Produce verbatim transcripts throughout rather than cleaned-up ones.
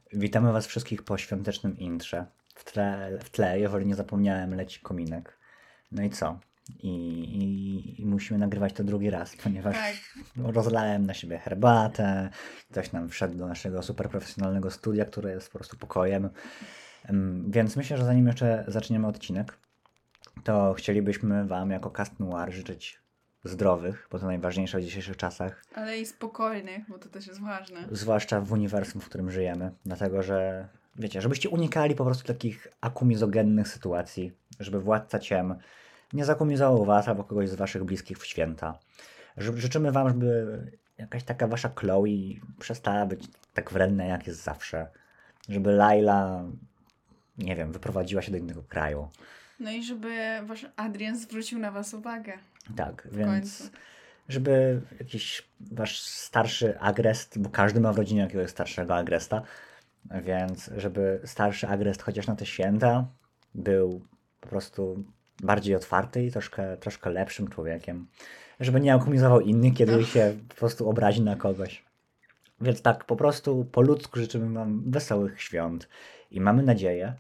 Witamy Was wszystkich po świątecznym intrze. W tle, w tle, jeżeli nie zapomniałem, leci kominek. No i co? I, i, i musimy nagrywać to drugi raz, ponieważ Tak. rozlałem na siebie herbatę, ktoś nam wszedł do naszego super profesjonalnego studia, które jest po prostu pokojem. Em, Więc myślę, że zanim jeszcze zaczniemy odcinek, to chcielibyśmy Wam jako Cast Noir życzyć zdrowych, bo to najważniejsze w dzisiejszych czasach. Ale i spokojnych, bo to też jest ważne. Zwłaszcza w uniwersum, w którym żyjemy. Dlatego, że wiecie, żebyście unikali po prostu takich akumizogennych sytuacji, żeby Władca Ciem nie zakumizował was albo kogoś z waszych bliskich w święta. Ży- Życzymy wam, żeby jakaś taka wasza Chloe przestała być tak wredna, jak jest zawsze. Żeby Laila, nie wiem, wyprowadziła się do innego kraju. No i żeby wasz Adrian zwrócił na was uwagę. Tak, W więc końcu. żeby jakiś wasz starszy agrest, bo każdy ma w rodzinie jakiegoś starszego agresta, więc żeby starszy agrest chociaż na te święta był po prostu bardziej otwarty i troszkę, troszkę lepszym człowiekiem. Żeby nie akumizował innych, kiedy się po prostu obrazi na kogoś. Więc tak, po prostu po ludzku życzymy wam wesołych świąt i mamy nadzieję,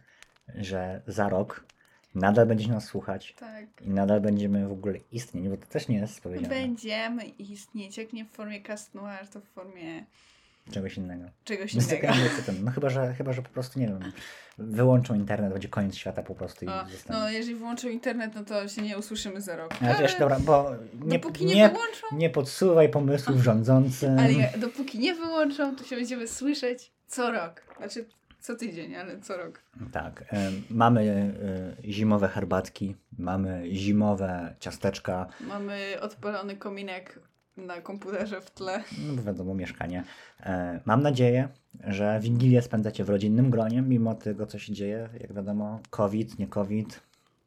że za rok nadal będziecie nas słuchać Tak. i nadal będziemy w ogóle istnieć, bo to też nie jest powiedziane Będziemy istnieć, jak nie w formie Cast Noir, to w formie czegoś innego. czegoś Więc innego. ciekawe, co tym. No chyba, że chyba, że po prostu, nie wiem, wyłączą internet, będzie koniec świata po prostu i O, zostanie. no, jeżeli włączą internet, no to się nie usłyszymy za rok. Ale wiesz, dobra, bo nie, dopóki nie, nie, wyłączą, nie podsuwaj pomysłów rządzącym. ale je- dopóki nie wyłączą, to się będziemy słyszeć co rok. Znaczy co tydzień, ale co rok. Tak, em, mamy e, zimowe herbatki, mamy zimowe ciasteczka, Mamy odpalony kominek na komputerze w tle. no bo wiadomo, mieszkanie. E, Mam nadzieję, że Wigilię spędzacie w rodzinnym gronie, mimo tego, co się dzieje. Jak wiadomo, COVID, nie COVID.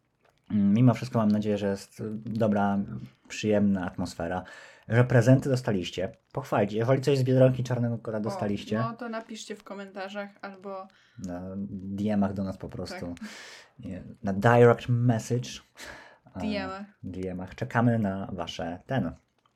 Mm, Mimo wszystko mam nadzieję, że jest dobra, przyjemna atmosfera, że prezenty dostaliście. Pochwalcie, jeżeli coś z Biedronki Czarnego Kota dostaliście, O, no to napiszcie w komentarzach albo na D M-ach do nas po prostu, nie, na direct message, a, D M-ach. D M-ach. Czekamy na wasze ten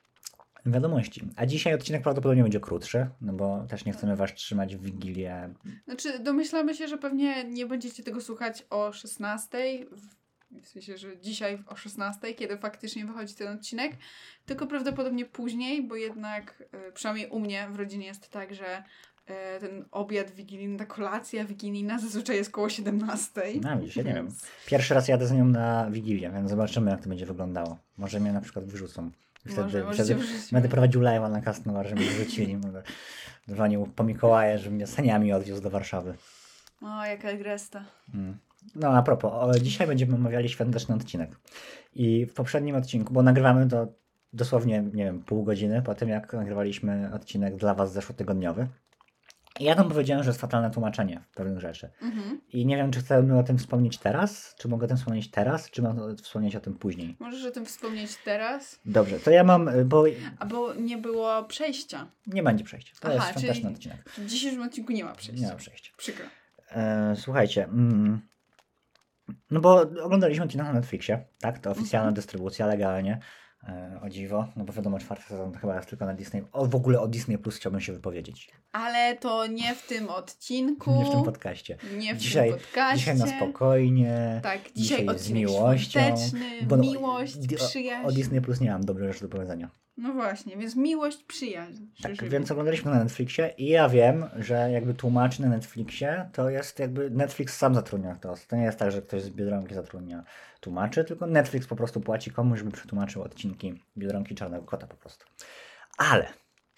wiadomości. A dzisiaj odcinek prawdopodobnie będzie krótszy, no bo też nie chcemy was trzymać w Wigilię. Znaczy, domyślamy się, że pewnie nie będziecie tego słuchać o szesnastej, w w sensie, że dzisiaj o szesnastej, kiedy faktycznie wychodzi ten odcinek, tylko prawdopodobnie później, bo jednak, y, przynajmniej u mnie w rodzinie jest tak, że y, ten obiad wigilijny, ta kolacja wigilijna zazwyczaj jest koło siedemnastej. No widzisz, ja nie wiem. Pierwszy raz jadę z nią na Wigilię, więc zobaczymy, jak to będzie wyglądało. Może mnie na przykład wyrzucą. I Może, wtedy, możecie wtedy wrzucić będę mnie. prowadził live'a na Cast Noir, żeby mnie wrzucili. Może dzwonił po Mikołaje, żeby mnie saniami odwiózł do Warszawy. O, jaka agresta. Mm. No a propos, o, dzisiaj będziemy omawiali świąteczny odcinek. I w poprzednim odcinku, bo nagrywamy to dosłownie, nie wiem, pół godziny po tym, jak nagrywaliśmy odcinek dla was zeszłotygodniowy. I ja tam powiedziałem, że jest fatalne tłumaczenie pewnych rzeczy. Mhm. I nie wiem, czy chcemy o tym wspomnieć teraz, czy mogę o tym wspomnieć teraz, czy mam wspomnieć o tym później. Możesz o tym wspomnieć teraz, Dobrze, to ja mam, bo albo nie było przejścia. nie będzie przejścia. To Aha, jest świąteczny czyli- odcinek. W dzisiejszym odcinku nie ma przejścia. Nie ma przejścia. Przykro. E, słuchajcie, mm, no bo oglądaliśmy odcinek na Netflixie, tak? To oficjalna dystrybucja, legalnie, e, o dziwo, no bo wiadomo, czwarty sezon to chyba jest tylko na Disney. O, w ogóle o Disney Plus chciałbym się wypowiedzieć. Ale to nie w tym odcinku. Nie w tym podcaście. Nie w Dzisiaj, tym podcaście. dzisiaj na spokojnie. Tak, Dzisiaj dzisiaj z odcinek miłością. świąteczny, Bo no, miłość, di- przyjaźń. O, o Disney Plus nie mam dobrych rzeczy do powiedzenia. No właśnie, więc miłość, przyjaźń. Tak, Życzymy. więc oglądaliśmy na Netflixie i ja wiem, że jakby tłumaczy na Netflixie to jest jakby Netflix sam zatrudnia to. To nie jest tak, że ktoś z Biedronki zatrudnia tłumaczy, tylko Netflix po prostu płaci komuś, żeby przetłumaczył odcinki Biedronki Czarnego Kota po prostu. Ale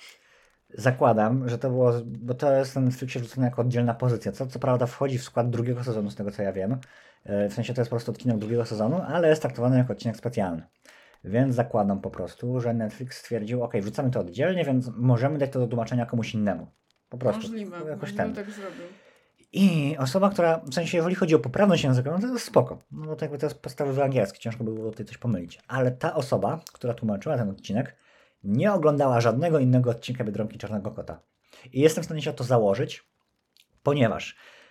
zakładam, że to było, bo to jest na Netflixie wrzucone jako oddzielna pozycja, co co prawda wchodzi w skład drugiego sezonu, z tego co ja wiem. E, W sensie to jest po prostu odcinek drugiego sezonu, ale jest traktowany jako odcinek specjalny. Więc zakładam po prostu, że Netflix stwierdził, ok, wrzucamy to oddzielnie, więc możemy dać to do tłumaczenia komuś innemu. Po prostu. Możliwe, Jakoś możliwe ten. tak zrobił. I osoba, która, w sensie jeżeli chodzi o poprawność językową, to jest spoko. No bo to jakby to jest podstawowy angielski, ciężko by było tutaj coś pomylić. Ale ta osoba, która tłumaczyła ten odcinek, nie oglądała żadnego innego odcinka Biedronki Czarnego Kota. I jestem w stanie się o to założyć, ponieważ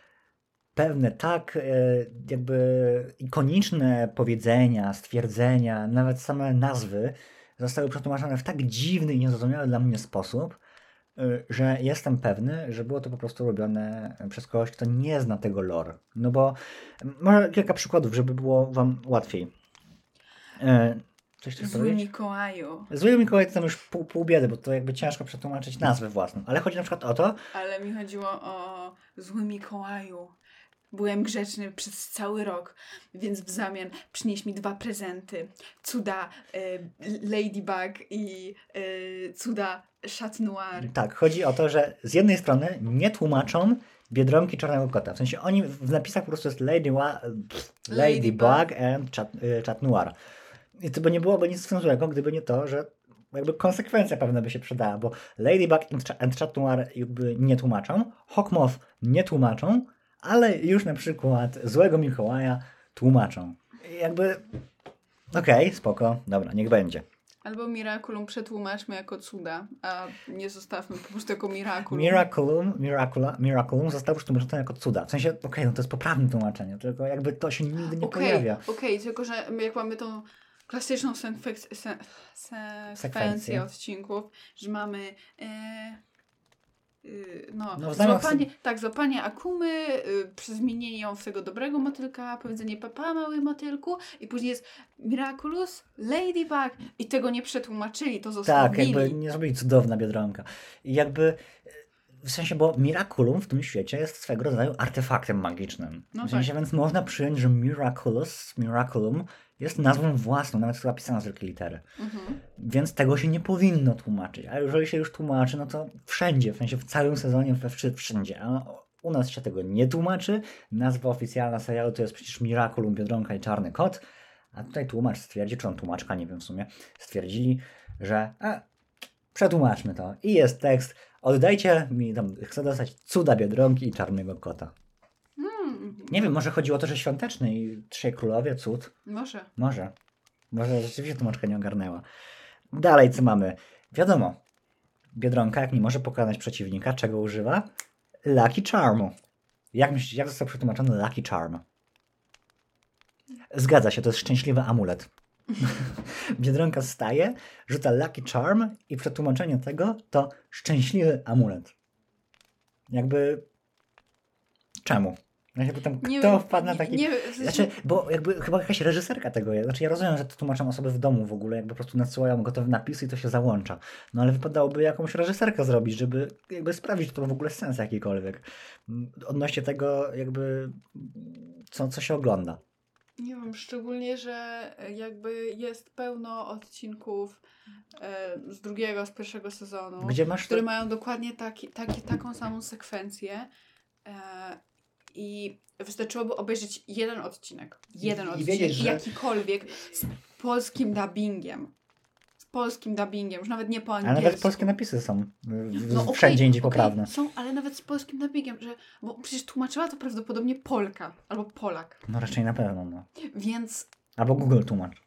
pewne tak e, jakby ikoniczne powiedzenia, stwierdzenia, nawet same nazwy zostały przetłumaczone w tak dziwny i niezrozumiały dla mnie sposób, y, że jestem pewny, że było to po prostu robione przez kogoś, kto nie zna tego lore. No bo może kilka przykładów, żeby było wam łatwiej. Y, Coś chcesz Zły powiedzieć? Mikołaju. Zły Mikołaj to tam już pół, pół biedy, bo to jakby ciężko przetłumaczyć nazwę własną. Ale chodzi na przykład o to, Ale mi chodziło o Zły Mikołaju. Byłem grzeczny przez cały rok, więc w zamian przynieś mi dwa prezenty. Cuda y, Ladybug i y, cuda Chat Noir. tak, chodzi o to, że z jednej strony nie tłumaczą Biedronki Czarnego Kota. W sensie oni w napisach po prostu jest Lady Wa- pff, Ladybug Ladybug. and Chat, y, Chat Noir. I to by nie byłoby nic złego, gdyby nie to, że jakby konsekwencja pewna by się przydała, bo Ladybug and Ch- and Chat Noir jakby nie tłumaczą, Hawkmoth nie tłumaczą, ale już na przykład Złego Mikołaja tłumaczą. I jakby okej, spoko, dobra, niech będzie. Albo Miraculum przetłumaczmy jako cuda, a nie zostawmy po prostu jako Miraculum. Miraculum, Miracula, Miraculum zostało przetłumaczone jako cuda. W sensie, okej, no to jest poprawne tłumaczenie, tylko jakby to się nigdy nie Okej, pojawia. okej, tylko że my jak mamy tą klasyczną sekwenc- se- sekwencję Sekwencję. odcinków, że mamy e, y, no, No, w zamian złapanie, tak, złapanie Akumy, y, przezmienienie ją w tego dobrego motylka, powiedzenie papa mały motylku i później jest Miraculous, Ladybug i tego nie przetłumaczyli, to Tak, zostawili. jakby nie zrobili cudowna Biedronka. I jakby, w sensie, bo Miraculum w tym świecie jest swego rodzaju artefaktem magicznym. No W sensie, więc można przyjąć, że Miraculous, Miraculum jest nazwą własną, nawet chyba pisana z wielkiej litery. Mhm. Więc tego się nie powinno tłumaczyć. A jeżeli się już tłumaczy, no to wszędzie, w sensie w całym sezonie, we wszy- wszędzie. A u nas się tego nie tłumaczy. Nazwa oficjalna serialu to jest przecież Miraculum, Biedronka i Czarny Kot. A tutaj tłumacz stwierdzi, czy on tłumaczka, nie wiem w sumie, stwierdzili, że a, przetłumaczmy to. I jest tekst, oddajcie mi, tam, chcę dostać cuda Biedronki i Czarnego Kota. Hmm, Nie wiem, może chodziło o to, że świąteczny i Trzej Królowie, cud. może. Może. Może rzeczywiście tłumaczka nie ogarnęła. Dalej, co mamy? Wiadomo, Biedronka, jak nie może pokonać przeciwnika, czego używa? Lucky Charmu. Jak myślisz, jak został przetłumaczony Lucky Charm? Zgadza się, to jest szczęśliwy amulet. Biedronka staje, rzuca Lucky Charm i przetłumaczenie tego to szczęśliwy amulet. Jakby... Czemu? Ja się pytam, Nie kto wiem, wpadł na taki... Nie, w sensie- Znaczy, bo jakby chyba jakaś reżyserka tego jest. Znaczy ja rozumiem, że to tłumaczą osoby w domu w ogóle, jakby po prostu nadsyłają gotowe napisy i to się załącza. No ale wypadałoby jakąś reżyserkę zrobić, żeby jakby sprawić, że to ma w ogóle sens jakikolwiek. Mm, Odnośnie tego jakby co, co się ogląda. Nie wiem, szczególnie, że jakby jest pełno odcinków e, z drugiego, z pierwszego sezonu, Gdzie masz które to? mają dokładnie taki, taki, taką samą sekwencję e, i wystarczyłoby obejrzeć jeden odcinek, jeden I odcinek, wiedzieć, że- jakikolwiek z polskim dubbingiem. Z polskim dubbingiem, już nawet nie po A angielsku. nawet polskie napisy są w, No w, okej, wszędzie indziej okej, poprawne. Są, ale nawet z polskim dubbingiem, że, bo przecież tłumaczyła to prawdopodobnie Polka albo Polak, No raczej na pewno, no. więc Albo Google tłumacz.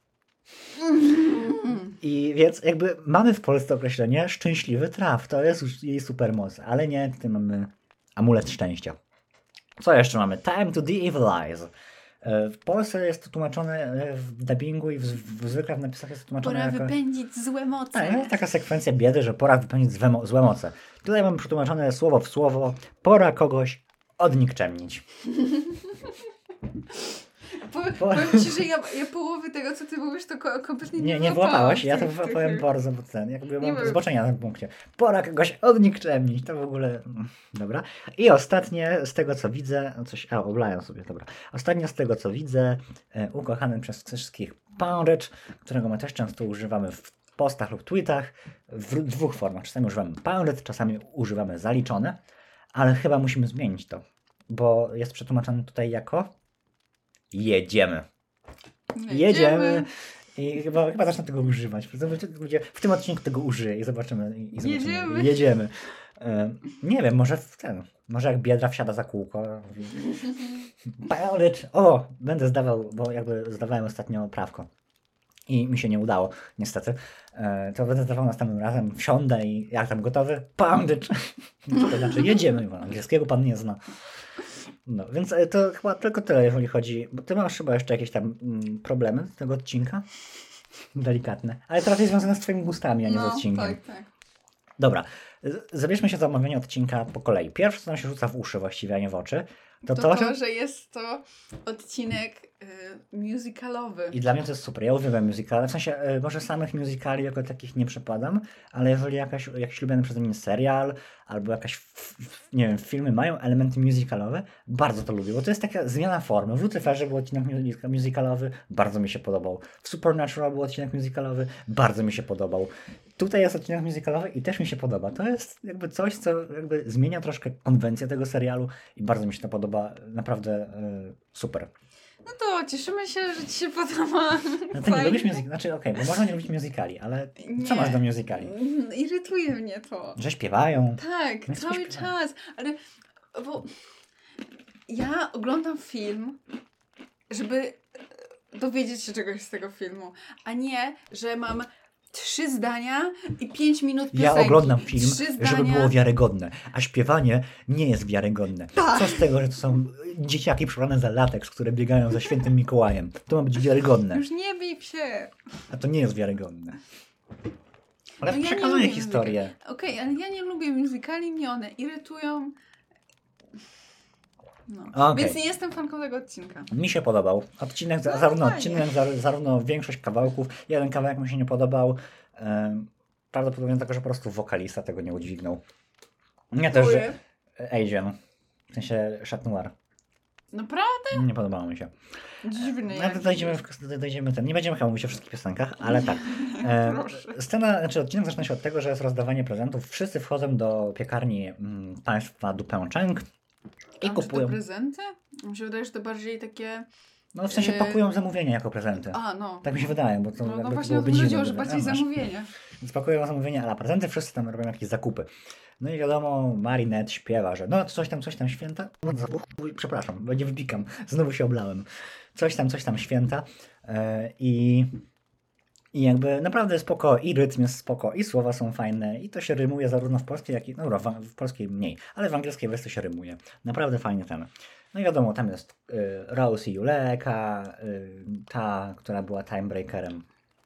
I więc jakby mamy w Polsce określenie szczęśliwy traf. To jest już jej supermoc, ale nie, tutaj mamy amulet szczęścia. Co jeszcze mamy? Time to de-evilize. E, W Polsce jest to tłumaczone e, w dubbingu i w, w, zwykle w napisach jest to tłumaczone pora jako... wypędzić złe moce. Tak, jest taka sekwencja biedy, że pora wypełnić złe, mo- złe moce. Tutaj mamy przetłumaczone słowo w słowo. Pora kogoś odnikczemnić. Powiem, Po- powiem ci, że ja, ja połowy tego, co ty mówisz, to ko- kompletnie nie Nie, nie wyłapałam włapałaś, w ja to tych- tych- powiem bardzo, bo ten, jakby Nie mam wiem. zboczenia na tym punkcie. Pora kogoś odnikczemnić, to w ogóle, mm, dobra. I ostatnie, z tego co widzę, coś, a, oblałem sobie, dobra. Ostatnie z tego co widzę, e, ukochany przez wszystkich Poundage, którego my też często używamy w postach lub tweetach, w dwóch formach. Czasami używamy Pounded, czasami używamy zaliczone, ale chyba musimy zmienić to, bo jest przetłumaczony tutaj jako jedziemy. Jedziemy. I chyba, chyba zacznę tego używać. W tym odcinku tego użyję i zobaczymy. I zobaczymy. Jedziemy. Jedziemy. E, nie wiem, może w ten. Może jak Biedra wsiada za kółko. Biolage. O, będę zdawał, bo jakby zdawałem ostatnio prawko. I mi się nie udało, niestety. E, to będę zdawał następnym razem. Wsiądę i jak tam gotowy? Poundage. To znaczy jedziemy, bo angielskiego pan nie zna. No, więc e, to chyba tylko tyle, jeżeli chodzi, bo ty masz chyba jeszcze jakieś tam mm, problemy z tego odcinka. Delikatne. Ale to raczej związane z twoimi gustami, a nie z No, odcinkiem. tak, tak. Dobra, Z- Zabierzmy się za omawianie odcinka po kolei. Pierwsze, co nam się rzuca w uszy właściwie, a nie w oczy, to To to, to, że... że jest to odcinek y, musicalowy. I dla mnie to jest super. Ja uwielbiam musicale. W sensie, y, może samych musicali jako takich nie przepadam, ale jeżeli jakaś, jakiś lubiany przeze mnie serial albo jakaś, f, f, nie wiem, filmy mają elementy musicalowe, bardzo to lubię, bo to jest taka zmiana formy. W Lucyferze był odcinek musica- musicalowy, bardzo mi się podobał. W Supernatural był odcinek musicalowy, bardzo mi się podobał. Tutaj jest odcinek musicalowy i też mi się podoba. To jest jakby coś, co jakby zmienia troszkę konwencję tego serialu i bardzo mi się to podoba. Naprawdę y, super. No to cieszymy się, że ci się podoba. No ty nie Fajnie. lubisz muzyki, znaczy okej, bo można nie lubić musicali, ale co Nie. masz do musicali? Mm, Irytuje mnie to. Że śpiewają. Tak, No cały coś- czas. Ale bo ja oglądam film, żeby dowiedzieć się czegoś z tego filmu, a nie, że mam trzy zdania i pięć minut piosenki. Ja oglądam film, Trzy zdania. żeby było wiarygodne, a śpiewanie nie jest wiarygodne. Tak. Co z tego, że to są dzieciaki przebrane za lateks, które biegają za świętym Mikołajem. To ma być wiarygodne, Już nie bij się. a to nie jest wiarygodne. Ale No ja nie przekazuję lubię historię. Okej, ale ja nie lubię musicali, mnie one irytują. No. Okej. Więc nie jestem fanką tego odcinka. Mi się podobał. Odcinek, za, No, zarówno fajnie. odcinek, za, zarówno większość kawałków. Jeden kawałek mi się nie podobał. Em, prawdopodobnie dlatego, że po prostu wokalista tego nie udźwignął. Nie też, że Który? Asian. W sensie Chat Noir. Naprawdę? Nie podobało mi się. Dziwny No to jakiś. dojdziemy, w, dojdziemy ten. Nie będziemy chyba mówić o wszystkich piosenkach, ale tak. E, Proszę. scena, znaczy odcinek zaczyna się od tego, że jest rozdawanie prezentów. Wszyscy wchodzą do piekarni mm, państwa Dupęczęk i A czy to kupują. prezenty? Mi się wydaje, że to bardziej takie... No w sensie e, pakują zamówienia jako prezenty. A, no. Tak mi się wydaje, bo to No, no jakby właśnie o to byłoby mi dziwne, chodziło, że gdyby- bardziej a, masz. zamówienia. Więc pakują zamówienia, ale prezenty wszyscy tam robią jakieś zakupy. No i wiadomo, Marinette śpiewa, że no coś tam, coś tam święta. No, za- uch, przepraszam, bo nie wypikam. Znowu się oblałem. Coś tam, coś tam święta. E, I i jakby naprawdę spoko, i rytm jest spoko, i słowa są fajne, i to się rymuje zarówno w polskiej, jak i, no dobra, w, w polskiej mniej, ale w angielskiej wersji się rymuje. Naprawdę fajnie ten. No i wiadomo, tam jest y, Rose i Juleka, y, ta, która była timebreakerem.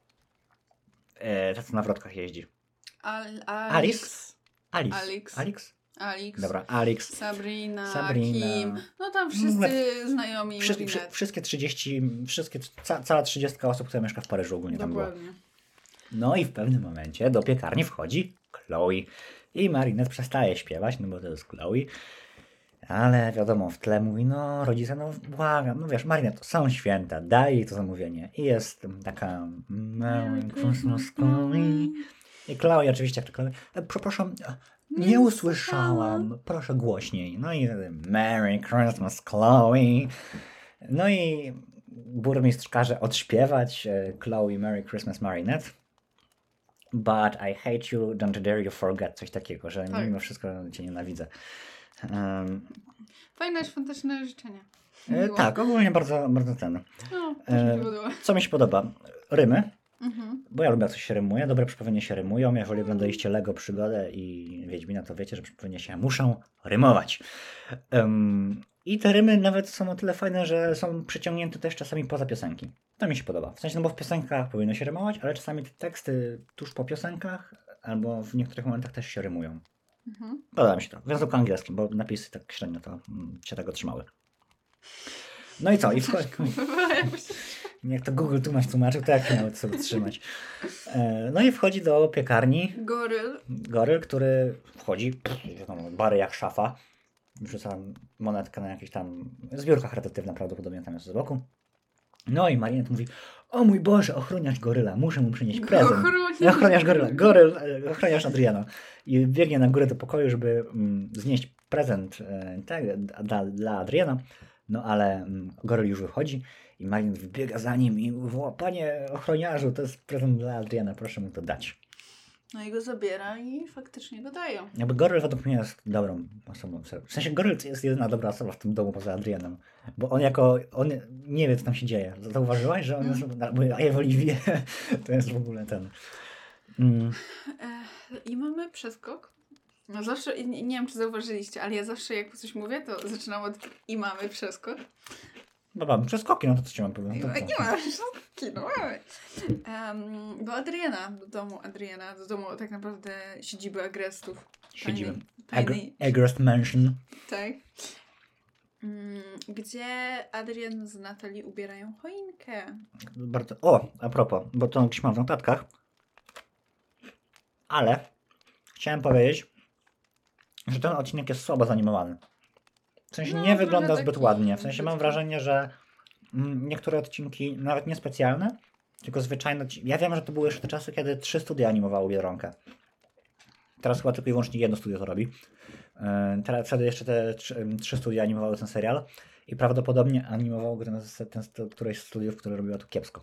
Y, ta, co na wrotkach jeździ. Al, Alice? Alex. Alice. Alex. Alex? Alex. Dobra, Alex. Sabrina, Sabrina. Kim. No tam wszyscy ogóle znajomi Wszy, wszy, Marinette. wszystkie trzydzieści, wszystkie, ca, cała trzydziestka osób, która mieszka w Paryżu ogólnie tam była. Dokładnie. No i w pewnym momencie do piekarni wchodzi Chloe. I Marinette przestaje śpiewać, no bo to jest Chloe. Ale wiadomo, w tle mówi, no rodzice, no błagam, no wiesz, Marinette, to są święta, daj jej to zamówienie. I jest taka Merry Christmas Chloe. I Chloe oczywiście, jak to Chloe, e, przepraszam, e, nie, Nie usłyszałam, proszę głośniej. No i wtedy, Merry Christmas Chloe. No i burmistrz każe odśpiewać e, Chloe Merry Christmas Marinette. But I hate you, don't dare you forget. Coś takiego, że Tak. mimo wszystko cię nienawidzę. Um, Fajne, świąteczne życzenia. e, Miło. tak, ogólnie bardzo, bardzo ten. No, też mi E, się podoba. Co mi się podoba? Rymy. Mhm. Bo ja lubię, jak coś się rymuje. Dobre przypomnienia się rymują. Jeżeli oglądaliście Lego Przygodę i Wiedźmina, to wiecie, że przypomnienia się muszą rymować. Um, I te rymy nawet są o tyle fajne, że są przyciągnięte też czasami poza piosenki. To mi się podoba. W sensie, no bo w piosenkach powinno się rymować, ale czasami te teksty tuż po piosenkach albo w niektórych momentach też się rymują. Mhm. Podoba mi się to. W języku angielskim, bo napisy tak średnio to mm, się tego trzymały. No i co? I w końcu... Jak to Google tłumacz tłumaczył, to jak się nawet sobie trzymać. E, No i wchodzi do piekarni Goryl. goryl, który wchodzi, pff, wiadomo, bary jak szafa, wrzuca monetkę na jakieś tam zbiórka charytatywna, prawdopodobnie tam jest z boku. No i Marinette mówi, o mój Boże, ochroniarz goryla, muszę mu przynieść prezent. Ochroniarz. Ochroniarz goryla, goryl, e, ochroniarz Adriana. I biegnie na górę do pokoju, żeby mm, znieść prezent e, tak, dla, dla Adriana. No ale mm, goryl już wychodzi i Marinette wybiega za nim i woła, panie ochroniarzu, to jest prezent dla Adriana, proszę mu to dać. No i go zabiera i faktycznie go dają. Jakby Goryl według mnie jest dobrą osobą. W sensie Goryl jest jedyna dobra osoba w tym domu poza Adrianem. Bo on jako, on nie wie co tam się dzieje. Zauważyłaś, że on jest, a ja w Oliwie to jest w ogóle ten... Mm. Ech, I mamy przeskok. No zawsze, nie, nie wiem czy zauważyliście, ale ja zawsze jak coś mówię, to zaczynam od i mamy przeskok. No mam przeskoki, no to co ci mam powiedzieć? Nie, No to nie co? masz, no mamy. Um, do Adriana, do domu Adriana, do domu tak naprawdę siedziby agrestów. Siedziby. Tajnej- Ag- tajnej- Agrest Mansion. Tak. Mm, Gdzie Adrian z Natalie ubierają choinkę. Bardzo... O, a propos, bo to gdzieś mam w notatkach. Ale chciałem powiedzieć, że ten odcinek jest słabo zanimowany. W sensie No, nie trochę wygląda zbyt taki ładnie. W sensie mam brzydki. wrażenie, że mm, niektóre odcinki, nawet nie specjalne, tylko zwyczajne. ci- Ja wiem, że to były jeszcze te czasy, kiedy trzy studia animowały Biedronkę. Teraz chyba tylko i wyłącznie jedno studio to robi. Yy, Teraz wtedy jeszcze te trzy, ym, trzy studia animowały ten serial i prawdopodobnie animowało go ten, ten, ten któreś z studiów, które robiło to kiepsko.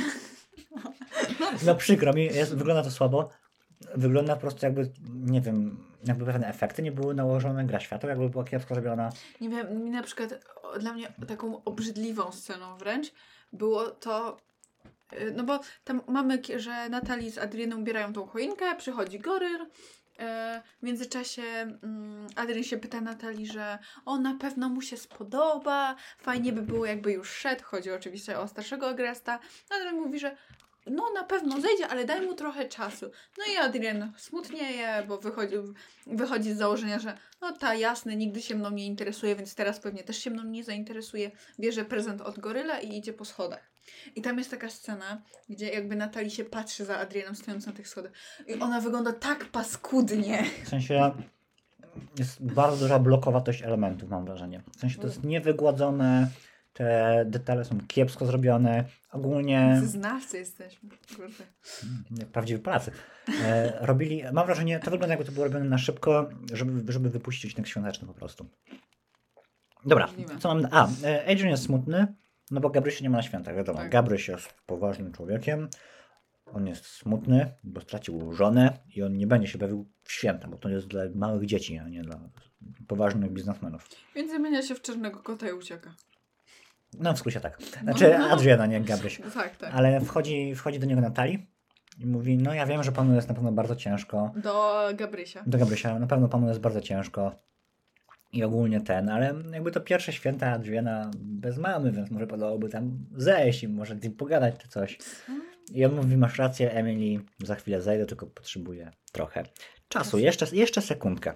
No przykro mi, jest, wygląda to słabo. Wygląda po prostu jakby, nie wiem, jakby pewne efekty nie były nałożone, gra światła jakby była kiepsko zrobiona. Nie wiem, mi na przykład o, dla mnie taką obrzydliwą sceną wręcz było to, y, no bo tam mamy, ki- że Natalie z Adrianem ubierają tą choinkę, przychodzi goryl, y, w międzyczasie mm, Adrian się pyta Natalii, że o, na pewno mu się spodoba, fajnie by było jakby już szedł, chodzi oczywiście o starszego agresta. Adrian mówi, że no na pewno zejdzie, ale daj mu trochę czasu. No i Adrian smutnieje, bo wychodzi, wychodzi z założenia, że no ta jasne, nigdy się mną nie interesuje, więc teraz pewnie też się mną nie zainteresuje. Bierze prezent od goryla i idzie po schodach. I tam jest taka scena, gdzie jakby Natalie się patrzy za Adrianem stojąc na tych schodach. I ona wygląda tak paskudnie. W sensie jest bardzo duża blokowatość elementów, mam wrażenie. W sensie to jest niewygładzone, te detale są kiepsko zrobione, ogólnie Znawcy jesteśmy. Kurde. jak prawdziwy Polacy. E, robili, mam wrażenie, to wygląda jakby to było robione na szybko, żeby, żeby wypuścić odcinek świąteczny po prostu. Dobra, Możliwe. co mam... A, e, Adrian jest smutny, no bo Gabrysia nie ma na świętach, wiadomo. Tak. Gabryś jest poważnym człowiekiem, on jest smutny, bo stracił żonę i on nie będzie się bawił w święta, bo to jest dla małych dzieci, a nie dla poważnych biznesmenów. Więc zamienia się w czarnego kota i ucieka. No w skrócie tak. Znaczy No, no. Adriana, nie Gabryś. No tak, tak. Ale wchodzi, wchodzi do niego Natalii i mówi, no ja wiem, że panu jest na pewno bardzo ciężko. Do Gabrysia. Do Gabrysia, na pewno panu jest bardzo ciężko. I ogólnie ten, ale jakby to pierwsze święta Adriana bez mamy, więc może padałoby tam zejść i może z nim pogadać czy coś. I on mówi, masz rację Emily, za chwilę zejdę, tylko potrzebuję trochę czasu, jeszcze, jeszcze sekundkę.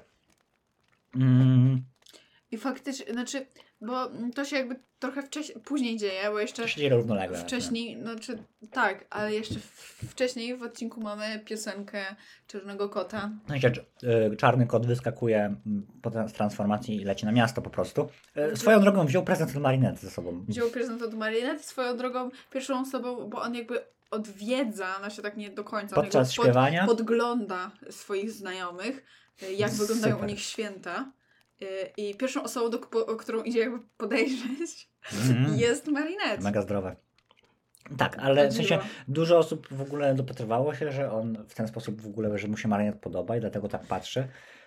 Mm, I faktycznie, znaczy, bo to się jakby trochę wcześniej, później dzieje, bo jeszcze to się dzieje równolegle. wcześniej, znaczy tak, ale jeszcze w, wcześniej w odcinku mamy piosenkę Czarnego Kota. No i rzecz, y, czarny kot wyskakuje mm, po tra- z transformacji i leci na miasto po prostu. Y, swoją drogą wziął prezent od Marinette ze sobą. Wziął prezent od Marinette, swoją drogą pierwszą osobą, bo on jakby odwiedza, no się tak nie do końca, on Podczas jakby śpiewania. podgląda swoich znajomych, y, jak wyglądają Super. u nich święta. Y, I pierwszą osobą, do, po, o którą idzie jakby podejrzeć, Mhm. jest Marinette. Mega zdrowe. Tak, ale w sensie Chodziło. dużo osób w ogóle dopatrywało się, że on w ten sposób w ogóle, że mu się Marinette podoba i dlatego tak patrzy.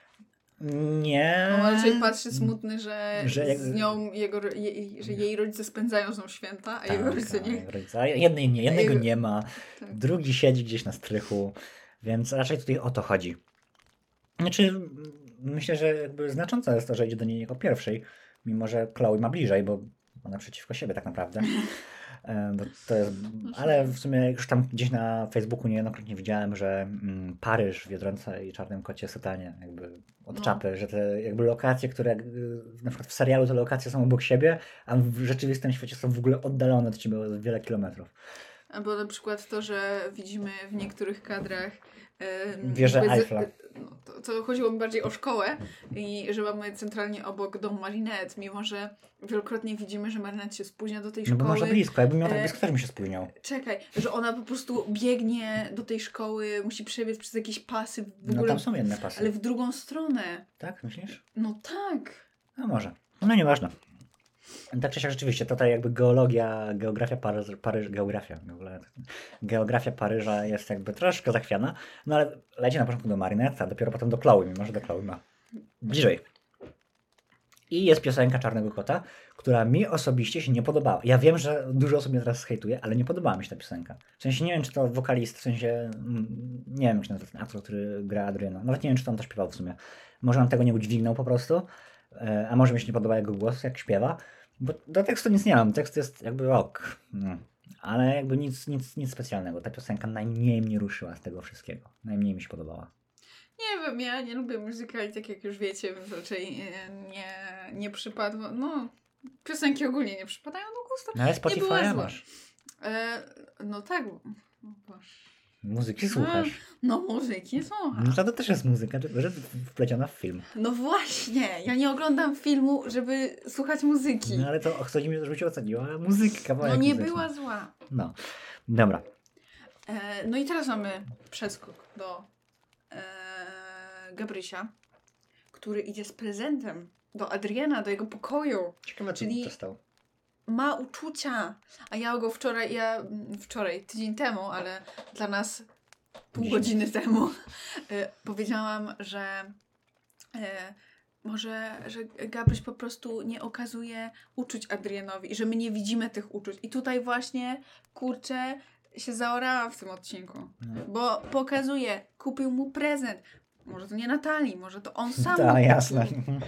Nie. On raczej patrzy smutny, że, Że jak- z nią jego, ro- je, że jej rodzice spędzają z nią święta, a jego rodzice tak, nie. jego rodzice. A jednej nie, jednego jego- nie ma, Tak. drugi siedzi gdzieś na strychu, więc raczej tutaj o to chodzi. Znaczy, m, myślę, że jakby znaczące jest to, że idzie do niej jako pierwszej, mimo że Chloe ma bliżej, bo ma naprzeciwko siebie tak naprawdę. E, Bo to jest, ale w sumie już tam gdzieś na Facebooku niejednokrotnie widziałem, że mm, Paryż w Biedronce i Czarnym Kocie jest totalnie jakby od No. czapy, że te jakby lokacje, które jak, y, na przykład w serialu te lokacje są obok siebie, a w rzeczywistym świecie są w ogóle oddalone od ciebie o wiele kilometrów. Albo na przykład to, że widzimy w niektórych kadrach e, Wieżę jakby z- Eiffla. No, to, to chodziło mi bardziej o szkołę i że mamy centralnie obok dom Marinette, mimo że wielokrotnie widzimy, że Marinette się spóźnia do tej No bo szkoły. masz blisko, jakbym miał tak e, blisko, też bym się spóźniał. Czekaj, że ona po prostu biegnie do tej szkoły, musi przebiec przez jakieś pasy w No ogóle, tam są jedne pasy. ale w drugą stronę. Tak, myślisz? No tak. No może. No nieważne. Tak czy siak rzeczywiście, tutaj jakby geologia, geografia Paryż, Paryż geografia, w ogóle, geografia Paryża jest jakby troszkę zachwiana, no ale leci na początku do Marinette, a dopiero potem do Chloe, mimo że do Chloe ma bliżej. I jest piosenka Czarnego Kota, która mi osobiście się nie podobała. Ja wiem, że dużo osób mnie teraz hejtuje, ale nie podobała mi się ta piosenka. W sensie nie wiem, czy to wokalist, w sensie mm, nie wiem, czy nazywa ten aktor, który gra Adriana. Nawet nie wiem, czy to on to śpiewał w sumie. Może on tego nie udźwignął po prostu, e, a może mi się nie podoba jego głos, jak śpiewa. Bo do tekstu nic nie mam, tekst jest jakby ok. No. Ale jakby nic, nic, nic specjalnego. Ta piosenka najmniej mnie ruszyła z tego wszystkiego. Najmniej mi się podobała. Nie wiem, ja nie lubię muzykali, tak jak już wiecie, więc raczej nie, nie, nie przypadło. No, piosenki ogólnie nie przypadają do gustu. No ale Nie była Spotify zła. masz. E, no tak. O Boże. Muzyki słuchasz. No muzyki słucham. No to, to też jest muzyka, tylko że wpleciona w film. No właśnie, ja nie oglądam filmu, żeby słuchać muzyki. No ale to chodzi mi, żeby cię oceniła muzyka, kawałek No nie muzyczny. była zła. No, dobra. E, no i teraz mamy przeskok do e, Gabrysia, który idzie z prezentem do Adriana, do jego pokoju. Ciekawe, co Czyli- dostał. Ma uczucia, a ja go wczoraj, ja mm, wczoraj, tydzień temu, ale dla nas pół Dzisiaj. godziny temu e, powiedziałam, że e, może, że Gabryś po prostu nie okazuje uczuć Adrianowi i że my nie widzimy tych uczuć. I tutaj właśnie, kurczę, się zaorałam w tym odcinku. No. Bo pokazuje, kupił mu prezent. Może to nie Natalii, może to on sam. mu Tak, kupił. jasne.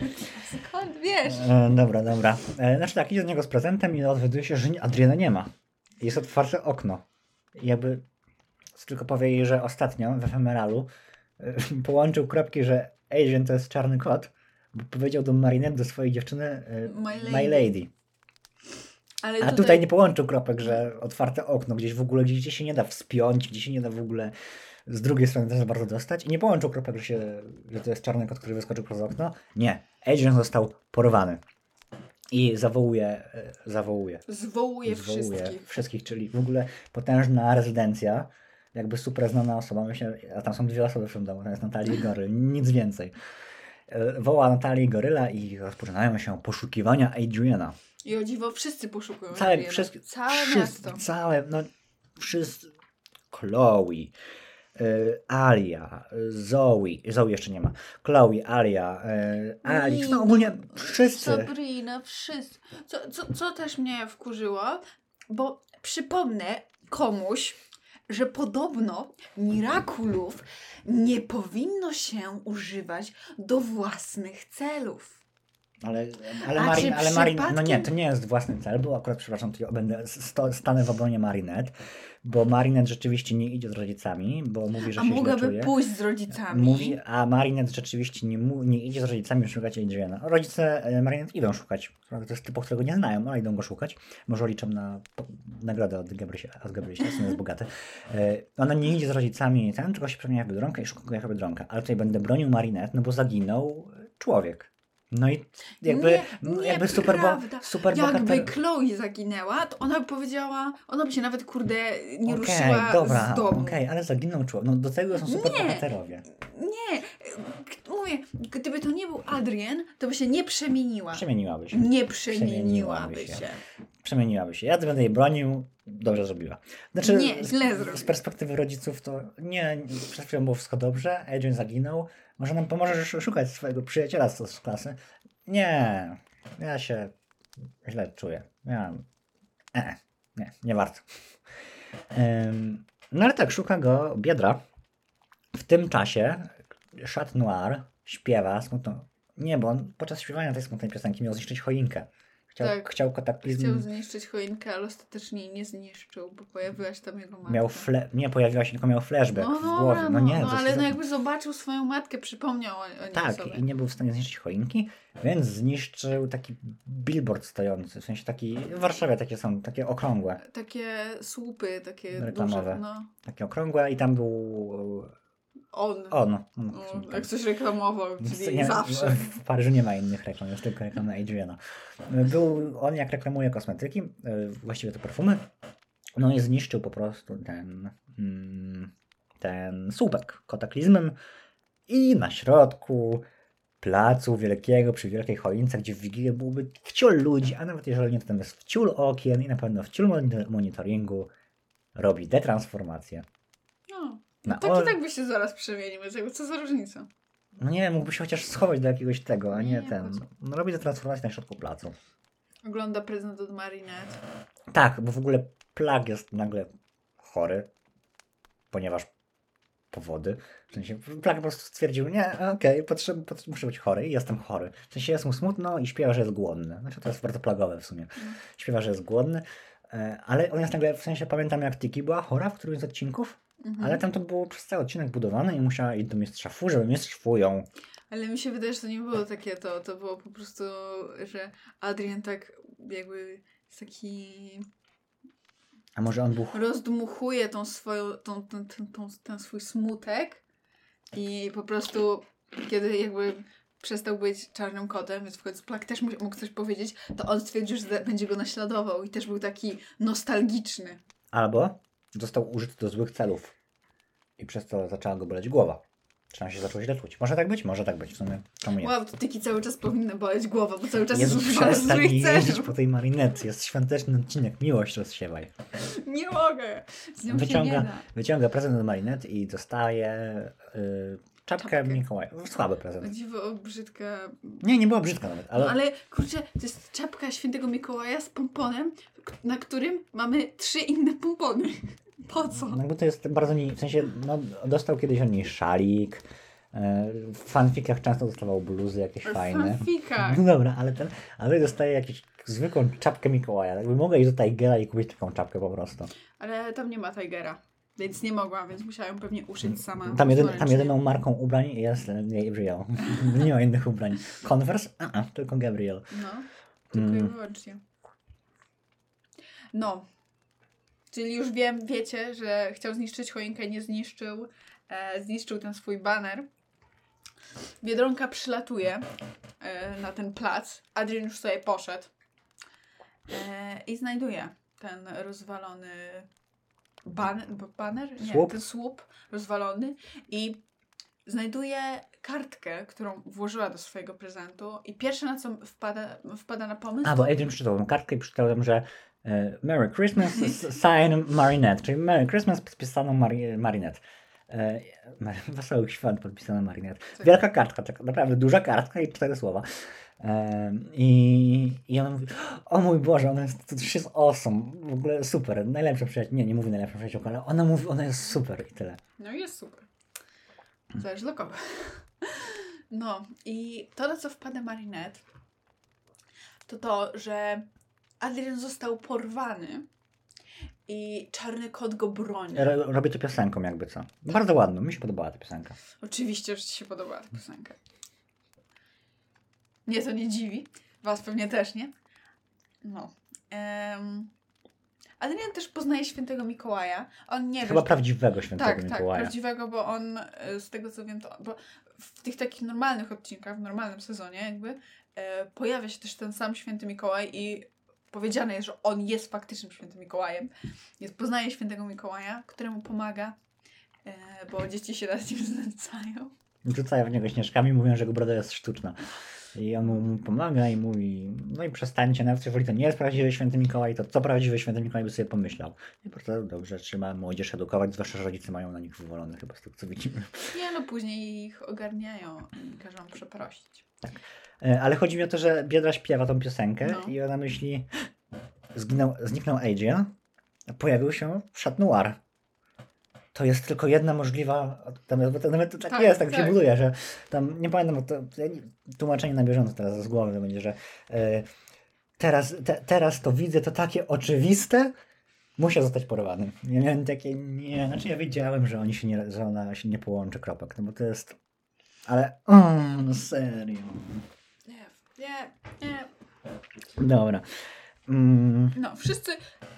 Skąd wiesz? E, dobra, dobra. E, znaczy tak, idzie do niego z prezentem i odwieduje się, że Adriana nie ma. Jest otwarte okno. I jakby tylko powie jej, że ostatnio w efemeralu e, połączył kropki, że Adrian to jest czarny kot, bo powiedział do Marinette, do swojej dziewczyny e, My lady. My lady. Ale A tutaj nie połączył kropek, że otwarte okno gdzieś w ogóle, gdzieś, gdzie się nie da wspiąć, gdzie się nie da w ogóle z drugiej strony też za bardzo dostać. I nie połączył kropek, że, się, że to jest czarny kot, który wyskoczył przez okno. Nie. Adrian został porwany. I zawołuje, e, zawołuje, Zwołuje zwołuje wszystkich. wszystkich, czyli w ogóle potężna rezydencja, jakby super znana osoba, myślę, a tam są dwie osoby w tym domu, to jest Natalia i Goryl, nic więcej. E, Woła Natalię i Goryla i rozpoczynają się poszukiwania Adriana. I o dziwo wszyscy poszukują. Całe, Adriana. wszystkie, Całe wszyscy, miasto. całe, no wszyscy, Chloe, y, Alia, y, Zoe, Zoe jeszcze nie ma, Chloe, Alia, y, Alex, no ogólnie wszyscy. Sabrina, wszyscy. Co, co, co też mnie wkurzyło, bo przypomnę komuś, że podobno Miraculów nie powinno się używać do własnych celów. Ale, ale, A Marin, czy ale Marin, no nie, przypadkiem- to nie jest własny cel, bo akurat, przepraszam, tutaj będę sto, stanę w obronie Marinette, bo Marinette rzeczywiście nie idzie z rodzicami, bo mówi, że A się źle mogłaby czuje. pójść z rodzicami. Mówi, a Marinette rzeczywiście nie, mu, nie idzie z rodzicami szukać Adriana. Rodzice e, Marinette idą szukać. To jest typ, którego nie znają, ale idą go szukać. Może liczą na po, nagrodę od Gabrysia, od Gabrysia, syn jest bogaty. E, ona nie idzie z rodzicami, ten, tylko się przemienia w Biedronkę i szuka go jako Biedronka. Ale tutaj będę bronił Marinette, no bo zaginął człowiek. No i jakby, Nie, no jakby super, bo, nieprawda. super Jakby bohater... Chloe zaginęła, to ona by powiedziała, ona by się nawet, kurde, nie Okej, ruszyła dobra, z domu. okej, ale zaginął człowiek. No do tego są super Nie. bohaterowie. Nie, mówię, gdyby to nie był Adrian, to by się nie przemieniła. Przemieniłaby się. Nie Przemieniłaby przemieniłaby się. się. Przemieniłaby się. Ja będę jej bronił, dobrze zrobiła. Znaczy, Nie, z- źle zrobiła. Z perspektywy rodziców to nie, przed chwilą było wszystko dobrze, Adrian zaginął, może nam pomożesz szukać swojego przyjaciela z, z klasy. Nie, ja się źle czuję. Ja, e, nie, nie warto. Ym, no ale tak, szuka go Biedra. W tym czasie Chat Noir śpiewa smutno. Nie, bo on podczas śpiewania tej smutnej piosenki miał zniszczyć choinkę. Chciał, Tak. chciał kataklizm... Chciał zniszczyć choinkę, ale ostatecznie jej nie zniszczył, bo pojawiła się tam jego matka. Miał fle... Nie, pojawiła się, tylko miał flashback no, w dobra, głowie. No, no, nie, no to ale się no za- jakby zobaczył swoją matkę, przypomniał o, o niej Tak, sobie. i nie był w stanie zniszczyć choinki, więc zniszczył taki billboard stojący, w sensie taki, w Warszawie takie są, takie okrągłe, Takie słupy, takie Reklamowe. duże, no. takie okrągłe i tam był On. on. No, on jak coś reklamował, czyli nie, zawsze. W Paryżu nie ma innych reklam, jest tylko reklama Adriana. Był on, jak reklamuje kosmetyki, yy, właściwie to perfumy, no i zniszczył po prostu ten, mm, ten słupek kataklizmem i na środku placu wielkiego, przy wielkiej choince, gdzie w Wigilię byłby wciul ludzi, a nawet jeżeli nie, to tam jest wciul okien i na pewno wciul moni- monitoringu robi detransformację. No. Na No tak or- i tak by się zaraz przemienił, więc jakby co za różnica. No nie, mógłby się chociaż schować do jakiegoś tego, a nie, Nie, ten. po co? No, robi detransformację na środku placu. Ogląda prezent od Marinette. Tak, bo w ogóle Plag jest nagle chory, ponieważ powody. W sensie Plak po prostu stwierdził, nie, okej, okay, potrze- muszę być chory i jestem chory. W sensie jest mu smutno i śpiewa, że jest głodny. Znaczy to jest bardzo plagowe w sumie. Śpiewa, że jest głodny, e, ale on jest nagle, w sensie pamiętam jak Tiki była chora w którymś z odcinków, mhm. ale tam to było przez cały odcinek budowane i musiała iść do mistrza Fu, żeby mistrz Fu ją... Ale mi się wydaje, że to nie było takie to, to było po prostu, że Adrian tak jakby jest taki... A może on był... rozdmuchuje tą swoją, tą, ten, ten, tą, ten swój smutek i po prostu kiedy jakby przestał być czarnym kotem, więc w końcu Plak też mógł, mógł coś powiedzieć, to on stwierdził, że będzie go naśladował i też był taki nostalgiczny. Albo został użyty do złych celów i przez to zaczęła go boleć głowa. Czy nam się zaczął źle czuć. Może tak być? Może tak być. W sumie czemu nie? Wow, to Tiki cały czas powinna boleć głowa, bo cały czas Jezu, jest używany przestań złych jeździć celów. po tej Marinette. Jest świąteczny odcinek. Miłość rozsiewaj. Nie mogę. Z nią Wyciąga, się nie da. wyciąga prezent od Marinette i dostaje yy, czapkę, Czapkę. Mikołaja. Słaby prezent. Dziwo brzydka. Nie, nie była brzydka nawet. Ale... No ale kurczę, to jest czapka świętego Mikołaja z pomponem, k- na którym mamy trzy inne pompony. Po co? No bo to jest bardzo nie... W sensie, no, dostał kiedyś od niej szalik. W fanfikach często dostawał bluzy jakieś W fajne. fanfikach. No dobra, ale ten, ale dostaje jakąś zwykłą czapkę Mikołaja. Jakby mogła iść do Tigera i kupić taką czapkę po prostu. Ale tam nie ma Tigera, więc nie mogła, więc musiałam pewnie uszyć sama. Tam, jedyn, tam własnoręcznie. jedyną marką ubrań jest Gabriel. Nie ma innych ubrań. Converse? A, tylko Gabriel. No, tylko Mm. i wyłącznie. No, czyli już wiem, wiecie, że chciał zniszczyć choinkę, nie zniszczył. E, zniszczył ten swój baner. Biedronka przylatuje e, na ten plac. Adrian już sobie poszedł. E, I znajduje ten rozwalony ban baner? Nie, Słup? ten słup rozwalony. I znajduje kartkę, którą włożyła do swojego prezentu. I pierwsze na co wpada, wpada na pomysł... A, bo Adrian przeczytał tą kartkę i przeczytał tam, że e, Merry Christmas, sign Marinette, czyli Merry Christmas podpisano Mari Marinette. E, Wesołych świąt podpisano Marinette. Tak. Wielka kartka, tak naprawdę duża kartka i cztery słowa. E, i, I ona mówi, o mój Boże, ona jest, to już jest awesome, w ogóle super, najlepsza przyjaciółka, nie, nie mówi najlepsza przyjaciółka, ale ona mówi, ona jest super i tyle. No i jest super. Zależy dla kogo. No i to, na co wpada Marinette, to to, że Adrian został porwany i czarny kot go broni. R robię to piosenką jakby co. Bardzo ładną, mi się podobała ta piosenka. Oczywiście, że ci się podobała ta piosenka. Mnie to nie dziwi. Was pewnie też, nie? No. Um, Adrian też poznaje świętego Mikołaja. On nie wie, Chyba że- prawdziwego świętego Tak, tak, Mikołaja. prawdziwego, bo on e, z tego co wiem, to bo w tych takich normalnych odcinkach, w normalnym sezonie jakby e, pojawia się też ten sam święty Mikołaj i powiedziane jest, że on jest faktycznym świętym Mikołajem. Więc poznaje świętego Mikołaja, któremu pomaga, e, bo dzieci się nad nim znęcają. Rzucają w niego śnieżkami, mówią, że jego broda jest sztuczna. I on mu pomaga i mówi, no i przestańcie, nawet jeżeli to nie jest prawdziwy święty Mikołaj, to co prawdziwy święty Mikołaj by sobie pomyślał. I po prostu dobrze, trzeba młodzież edukować, zwłaszcza, że rodzice mają na nich wywalone chyba z tego, co widzimy. Nie, no później ich ogarniają i każą przeprosić. E, Ale chodzi mi o to, że Biedra śpiewa tą piosenkę No. i ona myśli, zginął, zniknął Adrian, a pojawił się Chat Noir. To jest tylko jedna możliwa, tam, bo to nawet tak, Tak, jest, tak, tak. się buduje, że tam, nie pamiętam, bo to, ja nie, tłumaczenie na bieżąco teraz z głowy to będzie, że e, teraz, te, teraz to widzę, to takie oczywiste, muszę zostać porwany. Ja miałem takie, nie, znaczy ja wiedziałem, że oni się nie, że ona się nie połączy kropek, no bo to jest, ale, mm, serio. Nie, nie, nie. Dobra. Mm, No, wszyscy.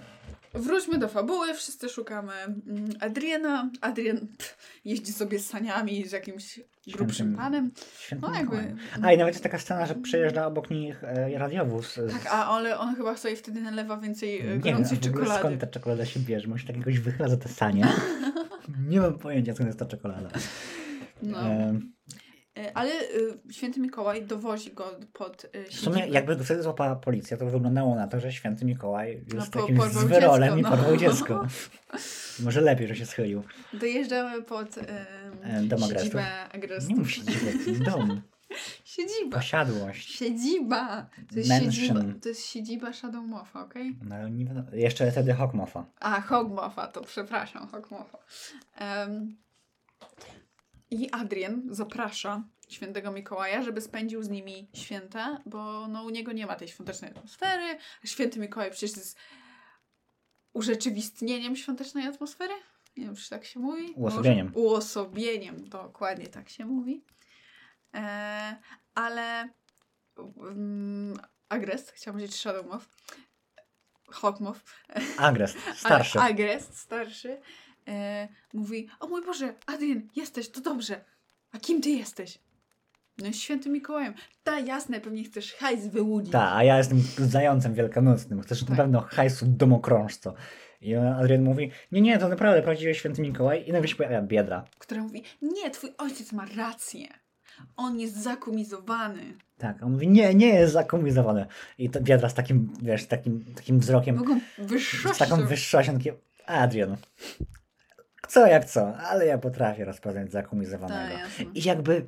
Wróćmy do fabuły, wszyscy szukamy mm, Adriana. Adrian pff, jeździ sobie z saniami z jakimś grubszym Świętym- panem. święty No jakby. Mikołaj. A i nawet jest taka scena, że przejeżdża obok nich e, radiowóz. Z, Tak, a ale on chyba sobie wtedy nalewa więcej e, nie wiem, gorącej a w ogóle czekolady. skąd ta czekolada się bierze? Może tak jakoś wychyla za te sanie. Nie mam pojęcia, skąd jest ta czekolada. No. Em, E, Ale e, święty Mikołaj dowozi go pod e, w sumie siedzibę. jakby go wtedy złapała policja, to wyglądało na to, że święty Mikołaj No, jest po- takim porwał zwyrolem dziecko, i no. porwał dziecko. Może lepiej, że się schylił. Dojeżdżamy pod e, E, dom agrestów. siedzibę agrestów. Nie mów siedzibę, dom, Siedziba. posiadłość. Siedziba. To jest Mansion. siedziba, to jest siedziba Shadow Moffa, okej? No, ale nie wiadomo. Jeszcze wtedy Hawkmoffa. A, Hogmoffa, to przepraszam, Hogmoffa. Um, I Adrien zaprasza świętego Mikołaja, żeby spędził z nimi święta, bo no, u niego nie ma tej świątecznej atmosfery. A święty Mikołaj przecież jest urzeczywistnieniem świątecznej atmosfery. Nie wiem, czy tak się mówi. Uosobieniem. Może uosobieniem, dokładnie tak się mówi. E, ale um, Agrest, chciałam powiedzieć Shadowmoth, Hawkmoth. Agrest, starszy. Ale Agrest, starszy, e, mówi: o mój Boże, Adrien, jesteś, to dobrze. A kim ty jesteś? No jest świętym Mikołajem. Ta, jasne, pewnie chcesz hajs wyłudzić. Tak, a ja jestem zającem wielkanocnym. Chcesz Tak. na pewno hajsu domokrążco. I Adrian mówi, nie, nie, to naprawdę prawdziwy święty Mikołaj. I nagle się pojawia Biedra. Która mówi: nie, twój ojciec ma rację. On jest zakumizowany. Tak, on mówi, nie, nie jest zakomizowany. I to Biedra z takim, wiesz, takim, takim wzrokiem, Mogą wyższością. z taką wyższością, takie, Adrian, co jak co, ale ja potrafię rozpoznać zakomizowanego. Tak, jasne. I jakby,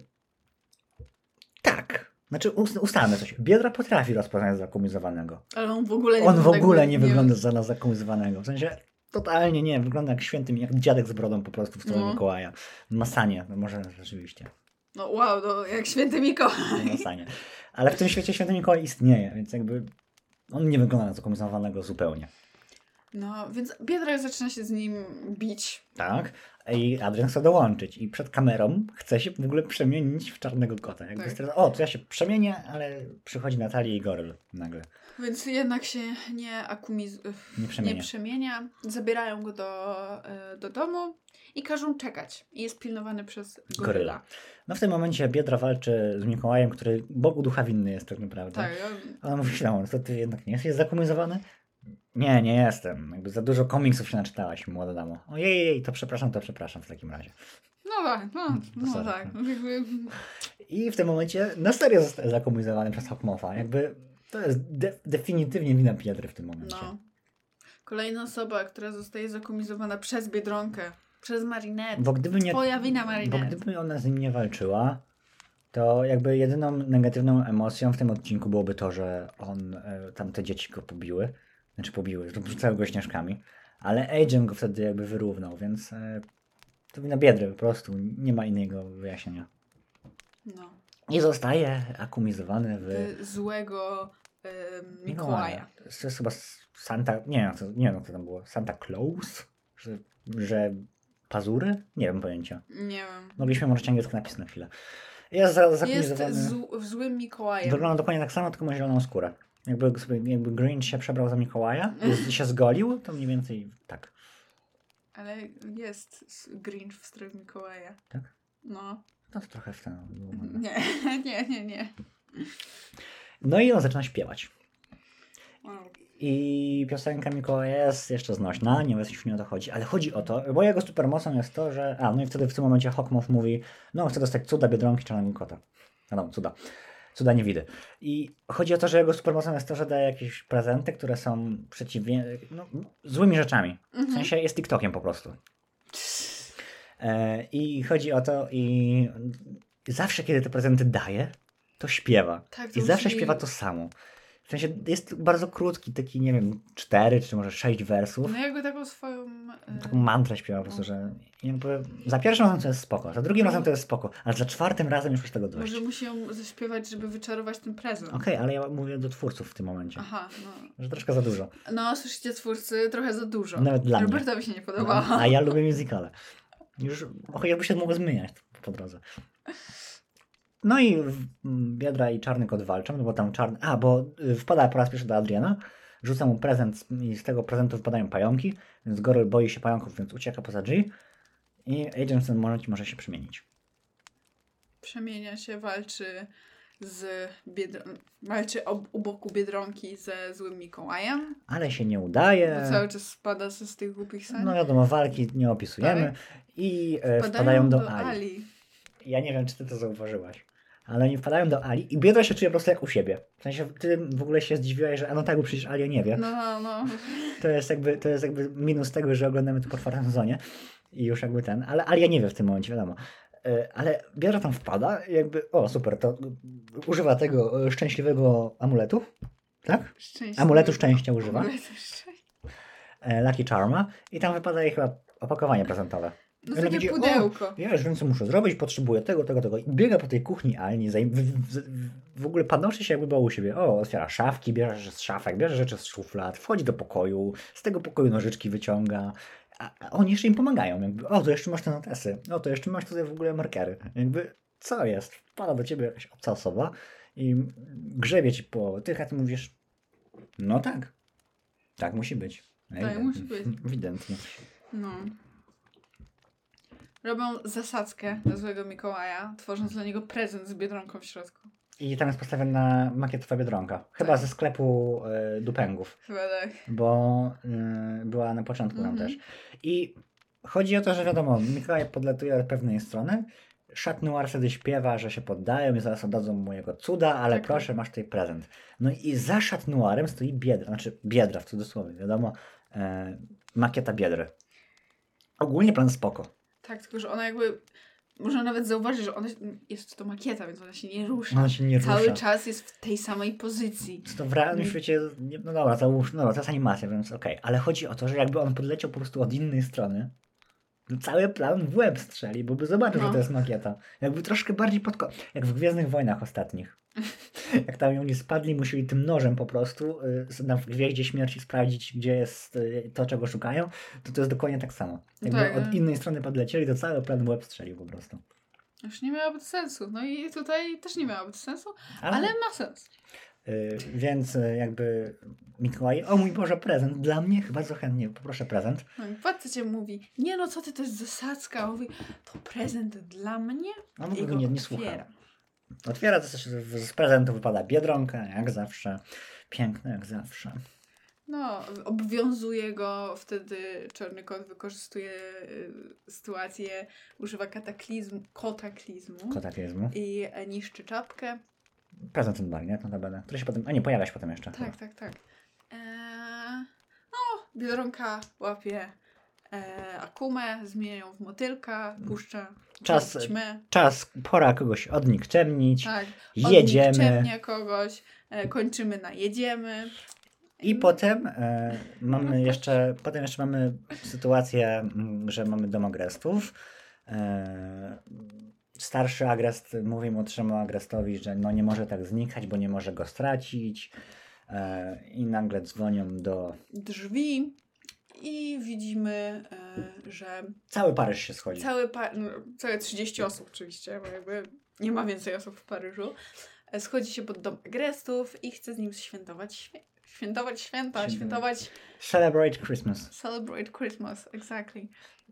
tak, znaczy ust- ustalmy coś, Biedra potrafi rozpoznać zakomizowanego. Ale on w ogóle nie On w wygląda ogóle jakby- nie wygląda za na zakomizowanego, w sensie totalnie nie, wygląda jak święty, jak dziadek z brodą po prostu w stronę No. Mikołaja. Masanie, no może rzeczywiście. No wow, no jak święty Mikołaj. Nie Masanie. Ale w tym świecie święty Mikołaj istnieje, więc jakby on nie wygląda na zakomizowanego zupełnie. No, więc Biedra zaczyna się z nim bić. Tak? I Adrian chce dołączyć i przed kamerą chce się w ogóle przemienić w czarnego kota. Jakby Tak. stwierdza, o, to ja się przemienię, ale przychodzi Natalia i Goryl nagle. Więc jednak się nie akumiz... Nie przemienia. nie przemienia. Zabierają go do, e, do domu i każą czekać. I jest pilnowany przez goryla. Goryla. No w tym momencie Biedra walczy z Mikołajem, który Bogu ducha winny jest tak naprawdę. Tak, A ona mówi, no, to ty jednak nie jesteś zakomizowany? Nie, nie jestem. Jakby za dużo komiksów się naczytałaś, młoda damo. Ojej, to przepraszam, to przepraszam w takim razie. no tak, no, no Sorry. tak. Jakby, I w tym momencie na serio zostaje zakomizowany przez Hawkmotha. Jakby to jest de- definitywnie wina Biedry w tym momencie. no. Kolejna osoba, która zostaje zakomizowana przez Biedronkę, przez Marinette. Bo gdyby nie, Twoja wina, bo Marinette. gdyby ona z nim nie walczyła, to jakby jedyną negatywną emocją w tym odcinku byłoby to, że on, e, tam te dzieci go pobiły. Znaczy pobiły, rzucały go śnieżkami. Ale Agent go wtedy jakby wyrównał, więc e, to wina Biedry po prostu. Nie ma innego wyjaśnienia. No. I zostaje akumizowany w Y, Złego y, Mikołaja. To jest, to jest chyba Santa, nie wiem, co, nie wiem co tam było, Santa Claus? Że, że pazury? Nie wiem pojęcia. Nie wiem. Mogliśmy może angielski napis na chwilę. Jest za- Jest zakumizowany. zł- złym Mikołajem. Wygląda dokładnie tak samo, tylko ma zieloną skórę. Jakby, sobie, jakby Grinch się przebrał za Mikołaja i się zgolił, to mniej więcej tak. Ale jest s- Grinch w stroju Mikołaja. Tak? No. To trochę w ten. Nie, nie, nie, nie. No i on zaczyna śpiewać. Wow. I piosenka Mikołaja jest jeszcze znośna, nie wiem, jeśli nie o to chodzi, ale chodzi o to, bo jego supermocą jest to, że... A, no i wtedy w tym momencie Hawkmoth mówi, no chcę dostać cuda, Biedronki, czarnego kota. No, no, cuda. Cuda nie widy. I chodzi o to, że jego supermocą jest to, że daje jakieś prezenty, które są przeciwnie... No, złymi rzeczami. W Mhm. sensie jest TikTokiem po prostu. E, I chodzi o to i zawsze, kiedy te prezenty daje, to śpiewa. Tak, to I zawsze brzmi- śpiewa to samo. W sensie jest bardzo krótki, taki, nie wiem, cztery czy może sześć wersów. No jakby taką swoją... y, Taką mantrę śpiewa po prostu, że jakby za pierwszym razem to jest spoko, za drugim razem to jest spoko, ale za czwartym razem już jest tego dość. Może Okej, musi ją zaśpiewać, żeby wyczarować ten prezent. ale ja mówię do twórców w tym momencie, Aha, no. że troszkę za dużo. No, słyszycie twórcy, trochę za dużo. Nawet dla mnie. Robertowi się nie podobało. A ja lubię musicale. Już och, jakby się mogło zmieniać po drodze. No i w- m, Biedra i Czarny Kot walczą, no bo tam czarny... A, bo y, wpada po raz pierwszy do Adriana, rzuca mu prezent i z tego prezentu wpadają pająki, więc Goryl boi się pająków, więc ucieka poza drzwi i Agent w tym momencie może się przemienić. Przemienia się, walczy z Biedr- walczy ob- u boku Biedronki ze złym Mikołajem. Ale się nie udaje. Bo cały czas spada ze z tych głupich sen. No wiadomo, walki nie opisujemy. Tak. I e, wpadają do, Ali. Ali. Ja nie wiem, czy ty to zauważyłaś. Ale oni wpadają do Ali i Biedra się czuje po prostu jak u siebie. W sensie ty w ogóle się zdziwiłaś, że a no tak, bo przecież Alia nie wie. No, no, no. To jest jakby, to jest jakby minus tego, że oglądamy to po czwartym sezonie. I już jakby ten, ale Alia nie wie w tym momencie, wiadomo. E, Ale Biedra tam wpada i jakby, o super, to używa tego e, szczęśliwego amuletu. Tak? Szczęście. Amuletu szczęścia używa. Amuletu szczęścia. E, Lucky Charma. I tam wypada jej chyba opakowanie prezentowe. No Ona takie widzi, pudełko. O, ja już wiem, co muszę zrobić, potrzebuję tego, tego, tego. I biega po tej kuchni Alni, zajm- w, w, w ogóle panoszy się jakby była u siebie. O, otwiera szafki, bierze rzeczy z szafek, bierze rzeczy z szuflad, wchodzi do pokoju, z tego pokoju nożyczki wyciąga. A, a oni jeszcze im pomagają. Jakby, o, to jeszcze masz te notesy. O, to jeszcze masz tutaj w ogóle markery. Jakby, co jest? Wpada do ciebie jakaś obca osoba i grzebie ci po tych, a ty mówisz, no tak. Tak musi być. Tak musi być. Ewidentnie. No. Robią zasadzkę na złego Mikołaja, tworząc dla niego prezent z Biedronką w środku. I tam jest postawiona makietowa Biedronka. Chyba Tak. ze sklepu y, Dupęgów. Chyba tak. Bo y, była na początku tam Mhm. też. I chodzi o to, że wiadomo, Mikołaj podlatuje od pewnej strony, Chat Noir wtedy śpiewa, że się poddają i zaraz oddadzą mu jego cuda, ale Tak. proszę, masz tutaj prezent. No i za Chat Noirem stoi Biedra, znaczy Biedra w cudzysłowie, wiadomo, e, makieta Biedry. Ogólnie plan spoko. Tak, tylko że ona jakby... Można nawet zauważyć, że ona jest to makieta, więc ona się nie rusza. Ona się nie Cały rusza. czas jest w tej samej pozycji. To w realnym świecie, nie- no dobra, załóż, no dobra, to jest animacja, więc okej. Ale chodzi o to, że jakby on podleciał po prostu od innej strony, to cały plan w łeb strzeli, bo by zobaczył, No. że to jest makieta. Jakby troszkę bardziej pod... ko- jak w Gwiezdnych Wojnach ostatnich. Jak tam oni spadli, musieli tym nożem po prostu y, na Gwieździe Śmierci sprawdzić, gdzie jest y, to, czego szukają, to to jest dokładnie tak samo. Jakby Tak, od no. innej strony podlecieli, to cały plan w łeb strzelił po prostu. Już nie miałoby to sensu. No i tutaj też nie miałoby to sensu, Ale, ale ma sens. y, więc y, jakby Mikołaj, o mój Boże, prezent dla mnie? Chyba bardzo chętnie, poproszę prezent. No i patrzcie cię mówi, nie no co ty, to jest zasadzka. On mówi, to prezent dla mnie? A on I go go nie, nie słucha. otwiera. Otwiera, to też z z prezentu wypada Biedronka, jak zawsze. Piękne jak zawsze. No, obwiązuje go, wtedy Czarny Kot wykorzystuje y, sytuację, używa kataklizmu, kotaklizmu Kotaklizmu. i e, niszczy czapkę. Prezent ten bar, nie? Notabene. Który się potem... A nie, pojawia się potem jeszcze. Tak, tak, tak. Eee, no, Biedronka łapie e, Akumę, zmienia ją w motylka, puszcza Czas- w ćmę. Czas, pora kogoś odnikczemnić. Tak, Jedziemy. odnikczemnia kogoś, e, kończymy na jedziemy. I potem e, mamy jeszcze, potem jeszcze mamy sytuację, mm, że mamy dom agrestów. E, starszy agrest mówi młodszemu agrestowi, że no nie może tak znikać, bo nie może go stracić. E, I nagle dzwonią do... Drzwi i widzimy, e, że Cały Paryż się schodzi. całe, pa- no, całe trzydzieści osób oczywiście, bo jakby nie ma więcej osób w Paryżu, e, schodzi się pod dom agrestów i chce z nim świętować świe- świętować święta, Świętować. świętować Celebrate Christmas. celebrate Christmas, exactly.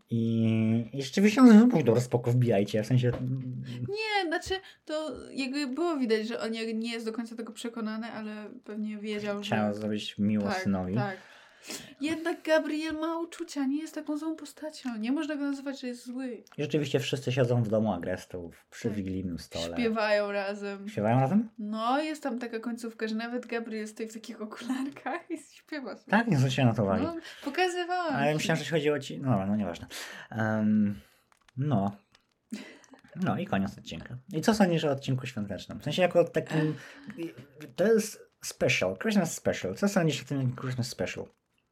I, i rzeczywiście on mówi, dobra, spoko, wbijajcie, w sensie... Nie, znaczy to jakby było widać, że on jak- nie jest do końca tego przekonany, ale pewnie wiedział, Chciał że... zrobić miło Tak, synowi. tak. Jednak Gabriel ma uczucia, nie jest taką złą postacią. Nie można go nazywać, że jest zły. I rzeczywiście wszyscy siedzą w domu agrestów przy Tak. wigilijnym stole. Śpiewają razem. Śpiewają razem? No, jest tam taka końcówka, że nawet Gabriel stoi w takich okularkach i śpiewa sobie. Tak? Nie zwróciłem na to uwagi. No, pokazywałam. Ale ci. myślałem, że chodziło ci... No dobra, no nieważne. Um, no. No i koniec odcinka. I co sądzisz o odcinku świątecznym? W sensie jako takim... To jest special, Christmas special. Co sądzisz o tym Christmas special?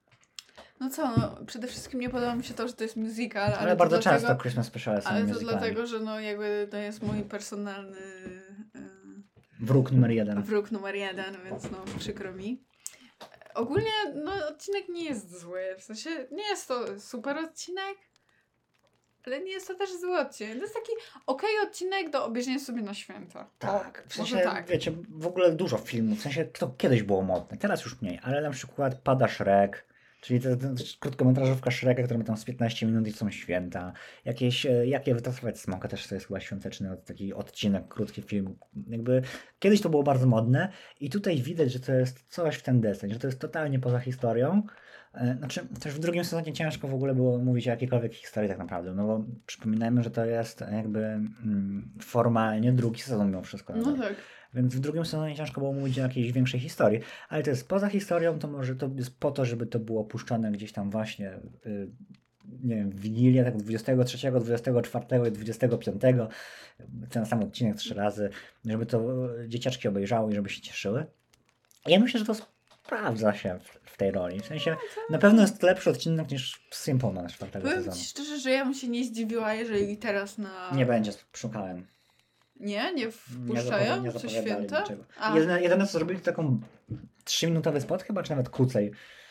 No co, no, przede wszystkim nie podoba mi się to, że to jest musical, ale, Ale, to bardzo dlatego, często Christmas special są Ale to musicalami. dlatego, że no jakby to jest mój personalny e, Wróg numer jeden. wróg numer jeden, więc no przykro mi. Ogólnie no odcinek nie jest zły, w sensie nie jest to super odcinek, ale nie jest to też zły odcinek. To jest taki okej odcinek do obejrzenia sobie na święta. Tak, w Może sensie, tak. wiecie, w ogóle dużo filmów, w sensie to kiedyś było modne, teraz już mniej, ale na przykład Pada Shrek, czyli to, to, to krótkometrażówka Shreka, która ma tam z piętnaście minut i są święta. Jakieś, e, jak je wytrasować smoka, też to jest chyba świąteczny od- taki odcinek, krótki film. Jakby kiedyś to było bardzo modne i tutaj widać, że to jest coś w ten deseń, że to jest totalnie poza historią. E, Znaczy, też w drugim sezonie ciężko w ogóle było mówić o jakiejkolwiek historii tak naprawdę, no bo przypominajmy, że to jest jakby mm, formalnie drugi sezon mimo wszystko. No nadal. tak. Więc w drugim sezonie ciężko było mówić o jakiejś większej historii, ale to jest poza historią, to może to jest po to, żeby to było puszczone gdzieś tam właśnie, y, nie wiem, w Wigilię, tak dwudziestego trzeciego, dwudziestego czwartego i dwudziestego piątego, ten sam odcinek trzy razy, żeby to y, dzieciaczki obejrzały i żeby się cieszyły. I ja myślę, że to sprawdza się w, w tej roli. W sensie na pewno jest lepszy odcinek niż Simple Man czwartego Powiem sezonu. ci szczerze, że ja bym się nie zdziwiła, jeżeli teraz na... Nie będzie, szukałem. Nie? Nie Nie, wpuszczają zapowi- nie co zapowiadali święta? niczego. A, Jedyne, jedyne co zrobili to taką trzyminutowy spot chyba, czy nawet krócej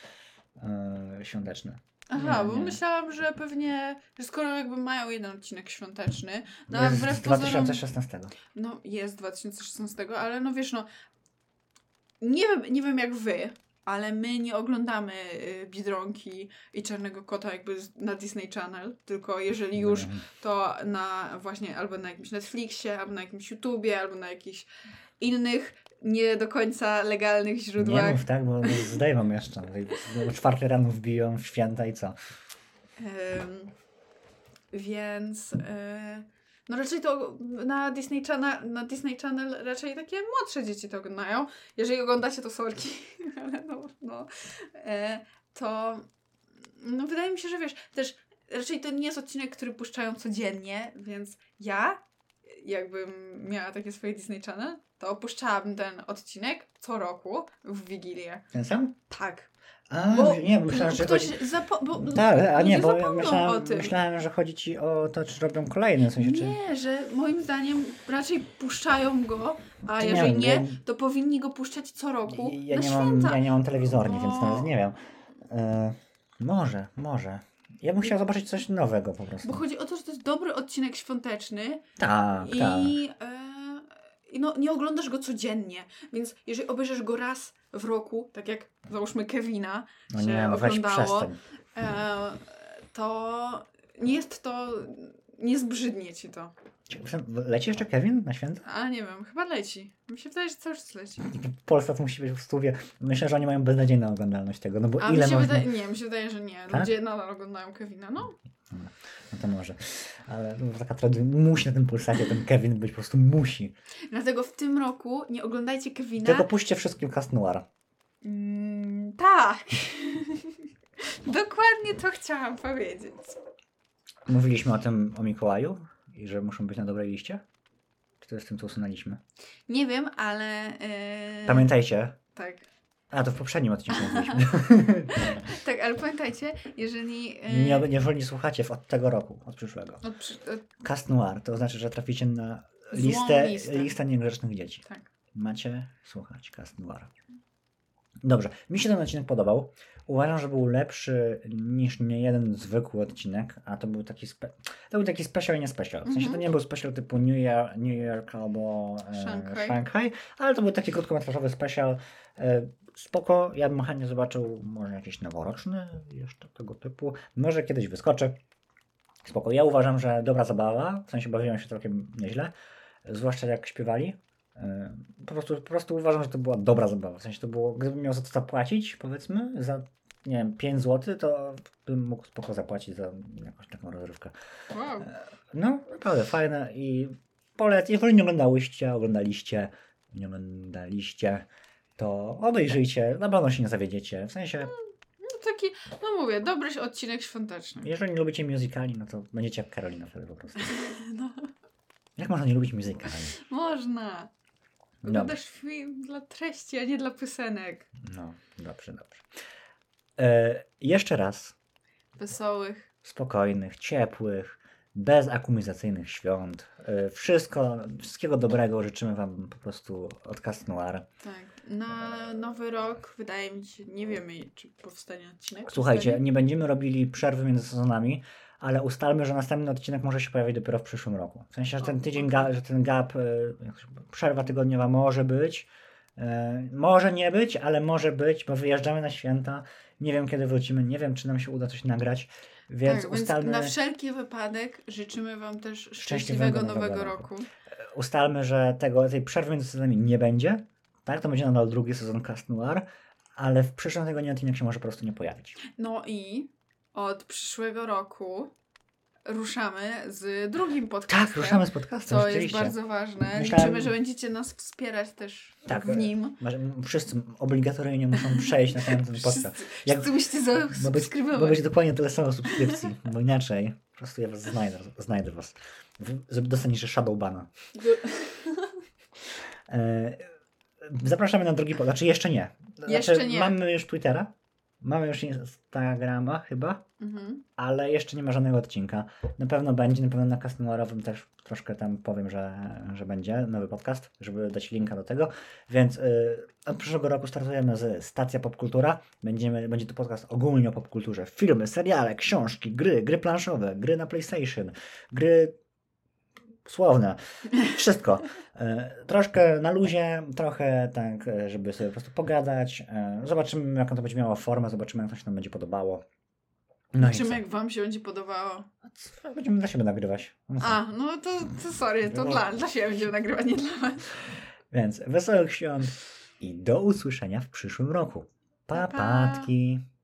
yy, świąteczny. aha, nie, bo nie. myślałam, że pewnie, że skoro jakby mają jeden odcinek świąteczny, no a Jest wbrew z pozorom... dwa tysiące szesnastego. No, jest dwa tysiące szesnastego, ale no wiesz, no nie wiem, nie wiem jak wy, ale my nie oglądamy y, Biedronki i Czarnego Kota jakby z- na Disney Channel, tylko jeżeli już, No, to na właśnie albo na jakimś Netflixie, albo na jakimś YouTubie, albo na jakichś innych nie do końca legalnych nie źródłach. mów tak, bo zdejmą jeszcze. O czwartej rano wbiją w święta i co? Ym, więc y, no raczej to na Disney Channel, na Disney Channel raczej takie młodsze dzieci to oglądają. Jeżeli oglądacie to sorki, ale no, no e, to no wydaje mi się, że wiesz, też raczej to nie jest odcinek, który puszczają codziennie, więc ja jakbym miała takie swoje Disney Channel, to opuszczałabym ten odcinek co roku w Wigilię. Ten sam? Tak. A, Bo nie, bo myślałem, że ktoś chodzi... zapo- bo Tak, a nie, ludzie bo ja zapomną o myślałem, tym. myślałem, że chodzi ci o to, czy robią kolejny, w sensie, czy... Nie, że moim zdaniem raczej puszczają go, a Nie jeżeli wiem, nie, ja- to powinni go puszczać co roku Ja na nie, mam, święta. ja nie mam telewizorni, więc O. nawet nie wiem. E, może, może. Ja bym chciał zobaczyć coś nowego po prostu. Bo chodzi o to, że to jest dobry odcinek świąteczny Tak, tak. i e, i no, nie oglądasz go codziennie, więc jeżeli obejrzysz go raz w roku, tak jak załóżmy Kevina No się nie, no weź oglądało, przestań. e, to nie jest to, nie zbrzydnie ci to. Leci jeszcze Kevin na święta? A nie wiem, chyba leci. Mi się wydaje, że cały czas leci. Polsat musi być w stówie. Myślę, że oni mają beznadziejną oglądalność tego, no bo A ile mi się można... wydaje, nie, mi się wydaje, że nie. Tak? Ludzie nadal oglądają Kevina, no. No to może. Ale no, taka tradycja, musi na tym Polsacie ten Kevin być, po prostu musi. Dlatego w tym roku nie oglądajcie Kevina. Tylko puśćcie wszystkim Cast Noir. Mm, tak. Dokładnie to chciałam powiedzieć. Mówiliśmy o tym, o Mikołaju i że muszą być na dobrej liście? Czy to jest tym, co usunęliśmy? Nie wiem, ale... Yy... Pamiętajcie. Tak. A, to w poprzednim odcinku mówiliśmy. Tak, ale pamiętajcie, jeżeli... Yy... Nie, jeżeli słuchacie w- od tego roku, od przyszłego. Od, przy- od... Cast Noir, to znaczy, że traficie na Złą listę, listę. listę niegrzecznych dzieci. Tak. Macie słuchać Cast Noir. Dobrze, mi się ten odcinek podobał. Uważam, że był lepszy niż nie jeden zwykły odcinek, a to był taki spe... to był taki special i nie special. W sensie Mhm. to nie był special typu New Year, New York albo e, Shanghai. Shanghai, ale to był taki krótkometrażowy special. E, spoko, ja bym chętnie zobaczył może jakiś noworoczny, jeszcze tego typu. Może kiedyś wyskoczy. Spoko. Ja uważam, że dobra zabawa, w sensie bawiłem się całkiem nieźle, zwłaszcza jak śpiewali. Yy, Po prostu, po prostu uważam, że to była dobra zabawa. W sensie to było, gdybym miał za to zapłacić, powiedzmy, za nie wiem, pięć złotych, to bym mógł spoko zapłacić za jakąś taką rozrywkę. Wow. No, naprawdę fajne i polecam. Jeżeli nie oglądałyście, oglądaliście, nie oglądaliście, to obejrzyjcie, na pewno się nie zawiedziecie. W sensie, No taki, no mówię, dobry odcinek świąteczny. jeżeli nie lubicie musicali, no to będziecie jak Karolina wtedy po prostu. No, Jak można nie lubić musicali? można. Dobrze. Oglądasz film dla treści, a nie dla piosenek. No, dobrze, dobrze. E, jeszcze raz, Wesołych. spokojnych, ciepłych, bez akumizacyjnych świąt. E, wszystko, wszystkiego dobrego życzymy Wam po prostu od Cast Noir. Tak. Na nowy rok wydaje mi się, nie wiemy czy powstanie odcinek. Słuchajcie, powstanie. nie będziemy robili przerwy między sezonami, ale ustalmy, że następny odcinek może się pojawić dopiero w przyszłym roku. W sensie, że ten O, tydzień, okej. ga, że ten gap, e, jakoś przerwa tygodniowa może być. E, może nie być, ale może być, bo wyjeżdżamy na święta. Nie wiem, kiedy wrócimy, nie wiem, czy nam się uda coś nagrać, więc tak, ustalmy, więc na wszelki wypadek życzymy Wam też szczęśliwego, Szczęśliwego nowego, nowego roku. ustalmy, że tego, tej przerwy między sezonami nie będzie. Tak, to będzie nadal drugi sezon Cast Noir, ale w przyszłym tygodniu odcinek się może po prostu nie pojawić. No i od przyszłego roku ruszamy z drugim podcastem. Tak, ruszamy z podcastem, Co jest rzeczywiście. bardzo ważne. Myślałem- Liczymy, że będziecie nas wspierać też Tak, w nim. Może Wszyscy obligatoryjnie muszą przejść na ten, ten podcast. Wszyscy, Jak- wszyscy musicie Ma być, zasubskrybować. ma być dokładnie tyle samo subskrypcji, bo inaczej po prostu ja was znajdę, znajdę was. Wy- Dostaniecie shadowbana. E, zapraszamy na drugi podcast. Znaczy jeszcze nie. Znaczy, Jeszcze nie. Mamy już Twittera, mamy już Instagrama chyba, Mhm. ale jeszcze nie ma żadnego odcinka. Na pewno będzie, na pewno na Customerowym też troszkę tam powiem, że, że będzie nowy podcast, żeby dać linka do tego. Więc yy, od przyszłego roku startujemy z Stacja Popkultura. Będziemy, będzie to podcast ogólnie o popkulturze. Filmy, seriale, książki, gry, gry planszowe, gry na PlayStation, gry słowne. Wszystko. E, Troszkę na luzie, trochę tak, e, żeby sobie po prostu pogadać. E, Zobaczymy, jaką to będzie miało formę, zobaczymy, jak to się nam będzie podobało. No i Czym co? jak wam się będzie podobało? Co? Będziemy dla siebie nagrywać. No co? A, no to, to sorry, to No. dla, dla siebie będziemy nagrywać, nie dla was. Więc wesołych świąt i do usłyszenia w przyszłym roku. Pa, Pa, pa. patki.